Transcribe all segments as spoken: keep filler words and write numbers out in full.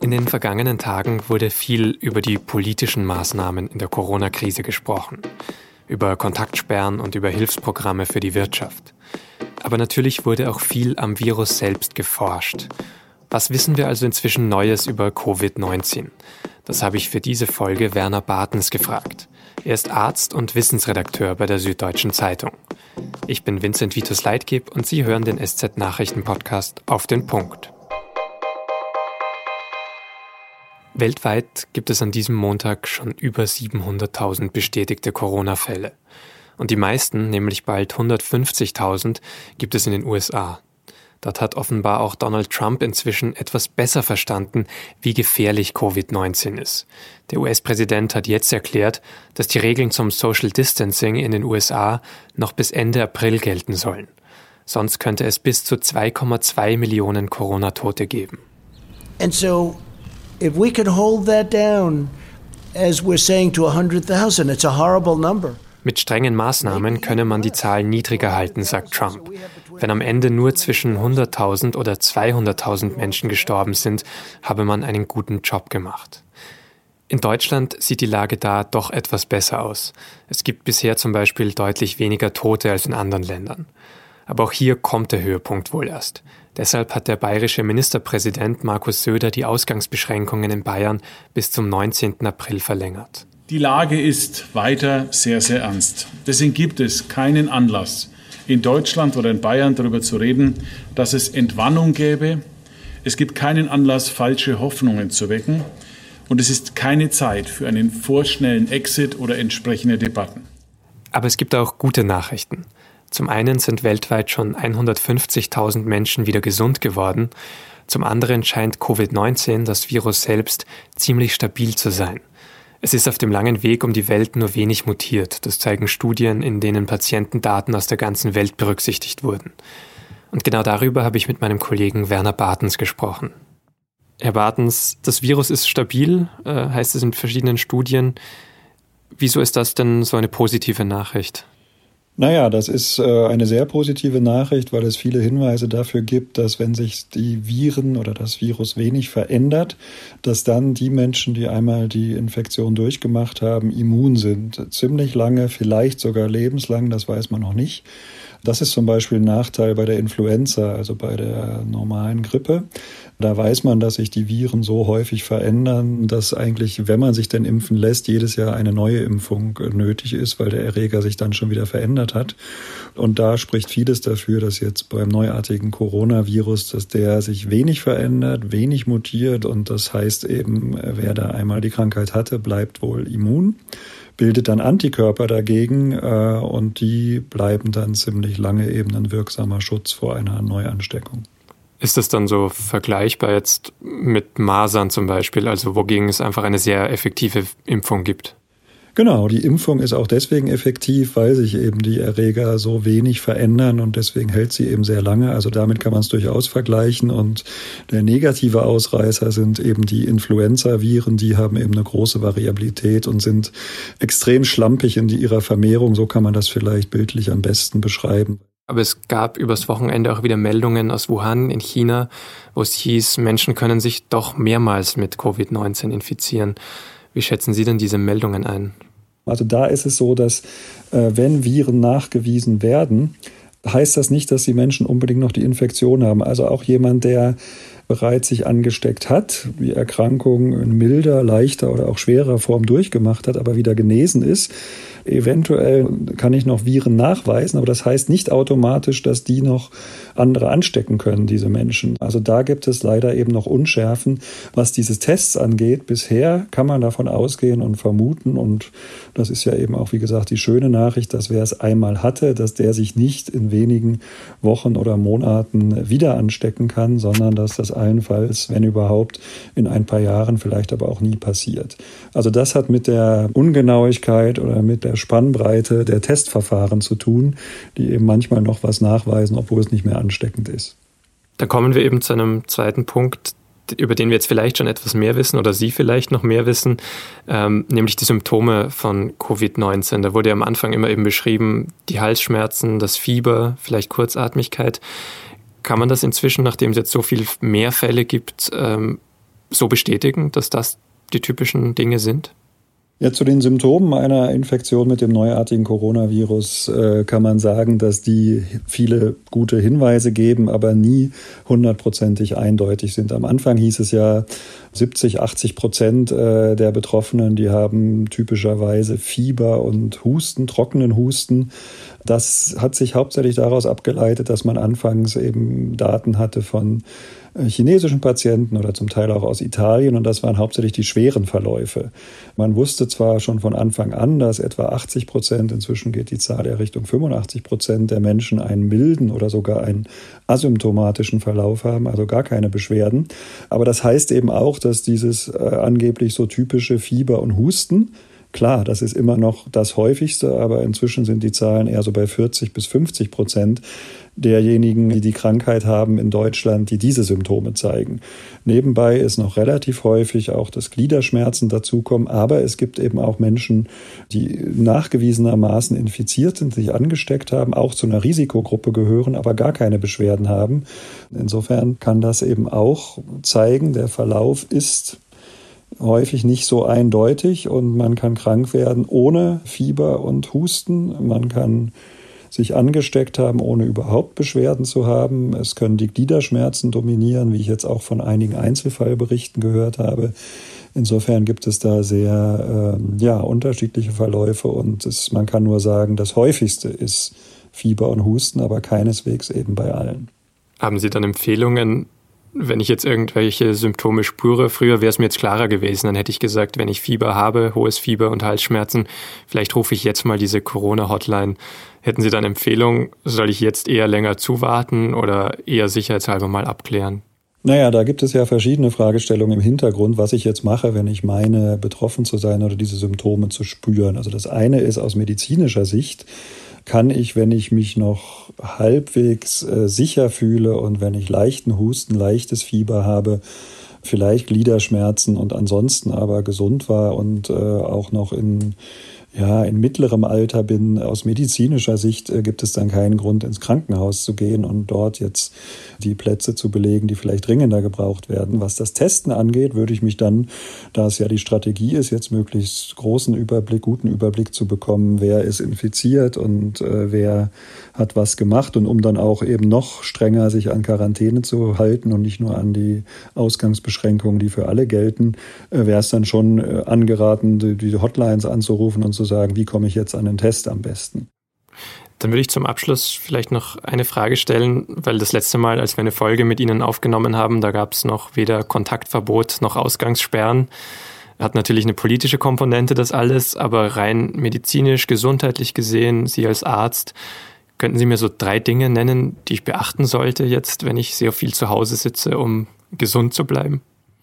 In den vergangenen Tagen wurde viel über die politischen Maßnahmen in der Corona-Krise gesprochen. Über Kontaktsperren und über Hilfsprogramme für die Wirtschaft. Aber natürlich wurde auch viel am Virus selbst geforscht. Was wissen wir also inzwischen Neues über Covid neunzehn? Das habe ich für diese Folge Werner Bartens gefragt. Er ist Arzt und Wissensredakteur bei der Süddeutschen Zeitung. Ich bin Vincent Vitus Leitgeb und Sie hören den S Z-Nachrichten-Podcast Auf den Punkt. Weltweit gibt es an diesem Montag schon über siebenhunderttausend bestätigte Corona-Fälle. Und die meisten, nämlich bald hundertfünfzigtausend, gibt es in den U S A. Dort hat offenbar auch Donald Trump inzwischen etwas besser verstanden, wie gefährlich Covid neunzehn ist. Der U S-Präsident hat jetzt erklärt, dass die Regeln zum Social Distancing in den U S A noch bis Ende April gelten sollen. Sonst könnte es bis zu zwei Komma zwei Millionen Corona-Tote geben. And so, if we can hold that down, as we're saying, to one hundred thousand, it's a horrible number. Mit strengen Maßnahmen könne man die Zahlen niedriger halten, sagt Trump. Wenn am Ende nur zwischen hunderttausend oder zweihunderttausend Menschen gestorben sind, habe man einen guten Job gemacht. In Deutschland sieht die Lage da doch etwas besser aus. Es gibt bisher zum Beispiel deutlich weniger Tote als in anderen Ländern. Aber auch hier kommt der Höhepunkt wohl erst. Deshalb hat der bayerische Ministerpräsident Markus Söder die Ausgangsbeschränkungen in Bayern bis zum neunzehnten April verlängert. Die Lage ist weiter sehr, sehr ernst. Deswegen gibt es keinen Anlass, in Deutschland oder in Bayern darüber zu reden, dass es Entwarnung gäbe. Es gibt keinen Anlass, falsche Hoffnungen zu wecken. Und es ist keine Zeit für einen vorschnellen Exit oder entsprechende Debatten. Aber es gibt auch gute Nachrichten. Zum einen sind weltweit schon hundertfünfzigtausend Menschen wieder gesund geworden. Zum anderen scheint Covid neunzehn, das Virus selbst, ziemlich stabil zu sein. Es ist auf dem langen Weg um die Welt nur wenig mutiert. Das zeigen Studien, in denen Patientendaten aus der ganzen Welt berücksichtigt wurden. Und genau darüber habe ich mit meinem Kollegen Werner Bartens gesprochen. Herr Bartens, das Virus ist stabil, äh, heißt es in verschiedenen Studien. Wieso ist das denn so eine positive Nachricht? Naja, das ist äh, eine sehr positive Nachricht, weil es viele Hinweise dafür gibt, dass wenn sich die Viren oder das Virus wenig verändert, dass dann die Menschen, die einmal die Infektion durchgemacht haben, immun sind. Ziemlich lange, vielleicht sogar lebenslang, das weiß man noch nicht. Das ist zum Beispiel ein Nachteil bei der Influenza, also bei der normalen Grippe. Da weiß man, dass sich die Viren so häufig verändern, dass eigentlich, wenn man sich denn impfen lässt, jedes Jahr eine neue Impfung nötig ist, weil der Erreger sich dann schon wieder verändert hat. Und da spricht vieles dafür, dass jetzt beim neuartigen Coronavirus, dass der sich wenig verändert, wenig mutiert. Und das heißt eben, wer da einmal die Krankheit hatte, bleibt wohl immun, bildet dann Antikörper dagegen äh, und die bleiben dann ziemlich lange eben ein wirksamer Schutz vor einer Neuansteckung. Ist das dann so vergleichbar jetzt mit Masern zum Beispiel, also wogegen es einfach eine sehr effektive Impfung gibt? Genau, die Impfung ist auch deswegen effektiv, weil sich eben die Erreger so wenig verändern und deswegen hält sie eben sehr lange. Also damit kann man es durchaus vergleichen und der negative Ausreißer sind eben die Influenza-Viren, die haben eben eine große Variabilität und sind extrem schlampig in ihrer Vermehrung. So kann man das vielleicht bildlich am besten beschreiben. Aber es gab übers Wochenende auch wieder Meldungen aus Wuhan in China, wo es hieß, Menschen können sich doch mehrmals mit Covid neunzehn infizieren. Wie schätzen Sie denn diese Meldungen ein? Also da ist es so, dass äh, wenn Viren nachgewiesen werden, heißt das nicht, dass die Menschen unbedingt noch die Infektion haben. Also auch jemand, der bereits sich angesteckt hat, die Erkrankung in milder, leichter oder auch schwerer Form durchgemacht hat, aber wieder genesen ist, eventuell kann ich noch Viren nachweisen, aber das heißt nicht automatisch, dass die noch andere anstecken können, diese Menschen. Also da gibt es leider eben noch Unschärfen, was diese Tests angeht. Bisher kann man davon ausgehen und vermuten, und das ist ja eben auch, wie gesagt, die schöne Nachricht, dass wer es einmal hatte, dass der sich nicht in wenigen Wochen oder Monaten wieder anstecken kann, sondern dass das allenfalls, wenn überhaupt, in ein paar Jahren, vielleicht aber auch nie passiert. Also das hat mit der Ungenauigkeit oder mit der Spannbreite der Testverfahren zu tun, die eben manchmal noch was nachweisen, obwohl es nicht mehr ansteckend ist. Dann kommen wir eben zu einem zweiten Punkt, über den wir jetzt vielleicht schon etwas mehr wissen oder Sie vielleicht noch mehr wissen, ähm, nämlich die Symptome von Covid neunzehn. Da wurde ja am Anfang immer eben beschrieben, die Halsschmerzen, das Fieber, vielleicht Kurzatmigkeit. Kann man das inzwischen, nachdem es jetzt so viel mehr Fälle gibt, ähm, so bestätigen, dass das die typischen Dinge sind? Ja, zu den Symptomen einer Infektion mit dem neuartigen Coronavirus äh, kann man sagen, dass die viele gute Hinweise geben, aber nie hundertprozentig eindeutig sind. Am Anfang hieß es ja, siebzig, achtzig Prozent äh, der Betroffenen, die haben typischerweise Fieber und Husten, trockenen Husten. Das hat sich hauptsächlich daraus abgeleitet, dass man anfangs eben Daten hatte von chinesischen Patienten oder zum Teil auch aus Italien, und das waren hauptsächlich die schweren Verläufe. Man wusste zwar schon von Anfang an, dass etwa achtzig Prozent, inzwischen geht die Zahl eher Richtung fünfundachtzig Prozent der Menschen einen milden oder sogar einen asymptomatischen Verlauf haben, also gar keine Beschwerden. Aber das heißt eben auch, dass dieses äh, angeblich so typische Fieber und Husten, klar, das ist immer noch das häufigste, aber inzwischen sind die Zahlen eher so bei vierzig bis fünfzig Prozent derjenigen, die die Krankheit haben in Deutschland, die diese Symptome zeigen. Nebenbei ist noch relativ häufig auch, dass Gliederschmerzen dazukommen, aber es gibt eben auch Menschen, die nachgewiesenermaßen infiziert sind, sich angesteckt haben, auch zu einer Risikogruppe gehören, aber gar keine Beschwerden haben. Insofern kann das eben auch zeigen, der Verlauf ist häufig nicht so eindeutig und man kann krank werden ohne Fieber und Husten. Man kann sich angesteckt haben, ohne überhaupt Beschwerden zu haben. Es können die Gliederschmerzen dominieren, wie ich jetzt auch von einigen Einzelfallberichten gehört habe. Insofern gibt es da sehr äh, ja, unterschiedliche Verläufe und es, man kann nur sagen, das häufigste ist Fieber und Husten, aber keineswegs eben bei allen. Haben Sie dann Empfehlungen, wenn ich jetzt irgendwelche Symptome spüre? Früher wäre es mir jetzt klarer gewesen, dann hätte ich gesagt, wenn ich Fieber habe, hohes Fieber und Halsschmerzen, vielleicht rufe ich jetzt mal diese Corona-Hotline. Hätten Sie dann Empfehlungen, soll ich jetzt eher länger zuwarten oder eher sicherheitshalber mal abklären? Naja, da gibt es ja verschiedene Fragestellungen im Hintergrund, was ich jetzt mache, wenn ich meine, betroffen zu sein oder diese Symptome zu spüren. Also das eine ist aus medizinischer Sicht, kann ich, wenn ich mich noch halbwegs äh, sicher fühle und wenn ich leichten Husten, leichtes Fieber habe, vielleicht Gliederschmerzen und ansonsten aber gesund war und äh, auch noch in ja, in mittlerem Alter bin, aus medizinischer Sicht äh, gibt es dann keinen Grund, ins Krankenhaus zu gehen und dort jetzt die Plätze zu belegen, die vielleicht dringender gebraucht werden. Was das Testen angeht, würde ich mich dann, da es ja die Strategie ist, jetzt möglichst großen Überblick, guten Überblick zu bekommen, wer ist infiziert und äh, wer hat was gemacht, und um dann auch eben noch strenger sich an Quarantäne zu halten und nicht nur an die Ausgangsbeschränkungen, die für alle gelten, äh, wäre es dann schon äh, angeraten, die, die Hotlines anzurufen und zu sagen, wie komme ich jetzt an den Test am besten? Dann würde ich zum Abschluss vielleicht noch eine Frage stellen, weil das letzte Mal, als wir eine Folge mit Ihnen aufgenommen haben, da gab es noch weder Kontaktverbot noch Ausgangssperren. Hat natürlich eine politische Komponente, das alles, aber rein medizinisch, gesundheitlich gesehen, Sie als Arzt, könnten Sie mir so drei Dinge nennen, die ich beachten sollte jetzt, wenn ich sehr viel zu Hause sitze, um gesund zu bleiben?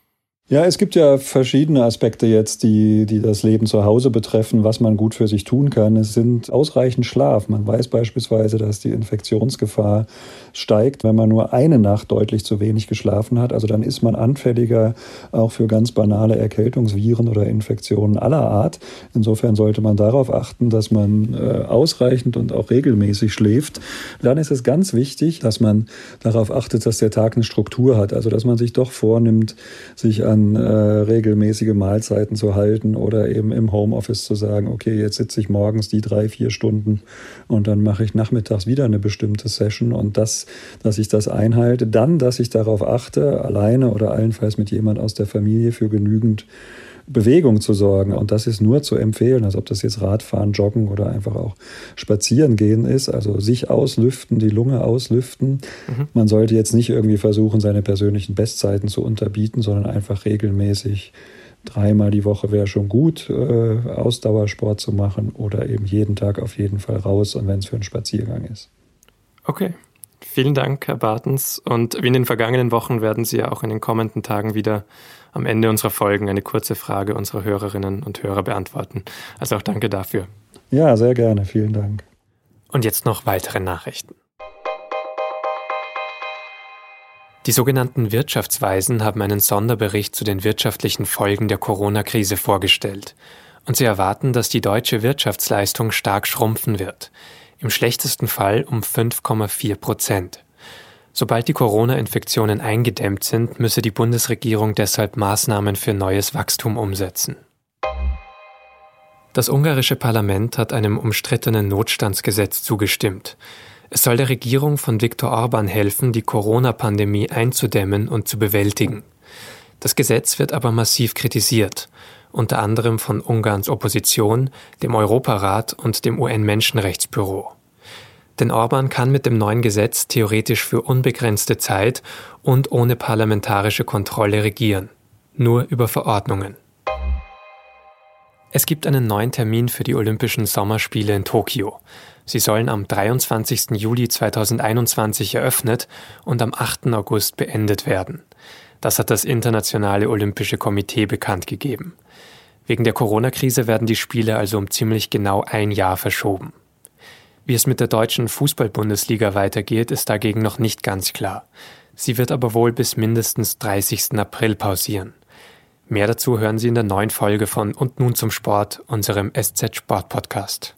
Ja, es gibt ja verschiedene Aspekte jetzt, die, die das Leben zu Hause betreffen, was man gut für sich tun kann. Es sind ausreichend Schlaf. Man weiß beispielsweise, dass die Infektionsgefahr steigt, wenn man nur eine Nacht deutlich zu wenig geschlafen hat. Also dann ist man anfälliger auch für ganz banale Erkältungsviren oder Infektionen aller Art. Insofern sollte man darauf achten, dass man äh, ausreichend und auch regelmäßig schläft. Dann ist es ganz wichtig, dass man darauf achtet, dass der Tag eine Struktur hat. Also dass man sich doch vornimmt, sich an Äh, regelmäßige Mahlzeiten zu halten oder eben im Homeoffice zu sagen, okay, jetzt sitze ich morgens die drei, vier Stunden und dann mache ich nachmittags wieder eine bestimmte Session, und das, dass ich das einhalte. Dann, dass ich darauf achte, alleine oder allenfalls mit jemand aus der Familie für genügend Bewegung zu sorgen. Und das ist nur zu empfehlen, also ob das jetzt Radfahren, Joggen oder einfach auch Spazieren gehen ist, also sich auslüften, die Lunge auslüften. Mhm. Man sollte jetzt nicht irgendwie versuchen, seine persönlichen Bestzeiten zu unterbieten, sondern einfach regelmäßig dreimal die Woche wäre schon gut, äh, Ausdauersport zu machen oder eben jeden Tag auf jeden Fall raus, und wenn es für einen Spaziergang ist. Okay. Vielen Dank, Herr Bartens. Und wie in den vergangenen Wochen werden Sie ja auch in den kommenden Tagen wieder am Ende unserer Folgen eine kurze Frage unserer Hörerinnen und Hörer beantworten. Also auch danke dafür. Ja, sehr gerne. Vielen Dank. Und jetzt noch weitere Nachrichten. Die sogenannten Wirtschaftsweisen haben einen Sonderbericht zu den wirtschaftlichen Folgen der Corona-Krise vorgestellt. Und sie erwarten, dass die deutsche Wirtschaftsleistung stark schrumpfen wird. Im schlechtesten Fall um fünf Komma vier Prozent. Sobald die Corona-Infektionen eingedämmt sind, müsse die Bundesregierung deshalb Maßnahmen für neues Wachstum umsetzen. Das ungarische Parlament hat einem umstrittenen Notstandsgesetz zugestimmt. Es soll der Regierung von Viktor Orbán helfen, die Corona-Pandemie einzudämmen und zu bewältigen. Das Gesetz wird aber massiv kritisiert, unter anderem von Ungarns Opposition, dem Europarat und dem U N-Menschenrechtsbüro. Denn Orbán kann mit dem neuen Gesetz theoretisch für unbegrenzte Zeit und ohne parlamentarische Kontrolle regieren, nur über Verordnungen. Es gibt einen neuen Termin für die Olympischen Sommerspiele in Tokio. Sie sollen am dreiundzwanzigsten Juli zweitausendeinundzwanzig eröffnet und am achten August beendet werden. Das hat das Internationale Olympische Komitee bekannt gegeben. Wegen der Corona-Krise werden die Spiele also um ziemlich genau ein Jahr verschoben. Wie es mit der deutschen Fußball-Bundesliga weitergeht, ist dagegen noch nicht ganz klar. Sie wird aber wohl bis mindestens dreißigsten April pausieren. Mehr dazu hören Sie in der neuen Folge von Und nun zum Sport, unserem S Z Sport Podcast.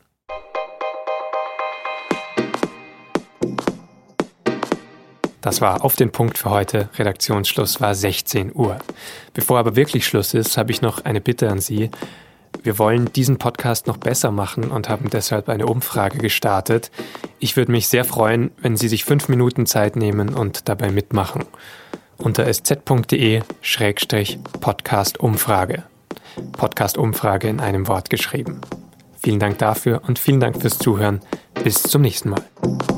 Das war auf den Punkt für heute. Redaktionsschluss war sechzehn Uhr. Bevor aber wirklich Schluss ist, habe ich noch eine Bitte an Sie. Wir wollen diesen Podcast noch besser machen und haben deshalb eine Umfrage gestartet. Ich würde mich sehr freuen, wenn Sie sich fünf Minuten Zeit nehmen und dabei mitmachen. Unter sz.de Schrägstrich Podcast-Umfrage. Podcast-Umfrage in einem Wort geschrieben. Vielen Dank dafür und vielen Dank fürs Zuhören. Bis zum nächsten Mal.